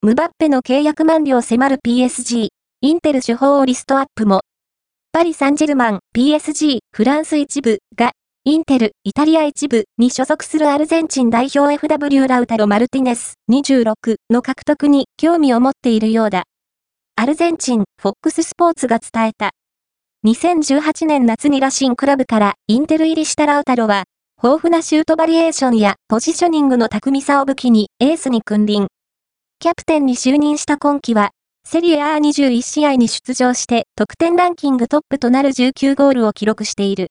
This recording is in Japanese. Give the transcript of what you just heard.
ムバッペの契約満了迫る PSG、インテル主砲をリストアップも。パリ・サンジェルマン、PSG、フランス一部が、インテル、イタリア一部に所属するアルゼンチン代表 FW ラウタロ・マルティネス、26の獲得に興味を持っているようだ。アルゼンチン、フォックススポーツが伝えた。2018年夏にラシンクラブからインテル入りしたラウタロは、豊富なシュートバリエーションやポジショニングの巧みさを武器にエースに君臨。キャプテンに就任した今季は、セリエ A21 試合に出場して得点ランキングトップとなる19ゴールを記録している。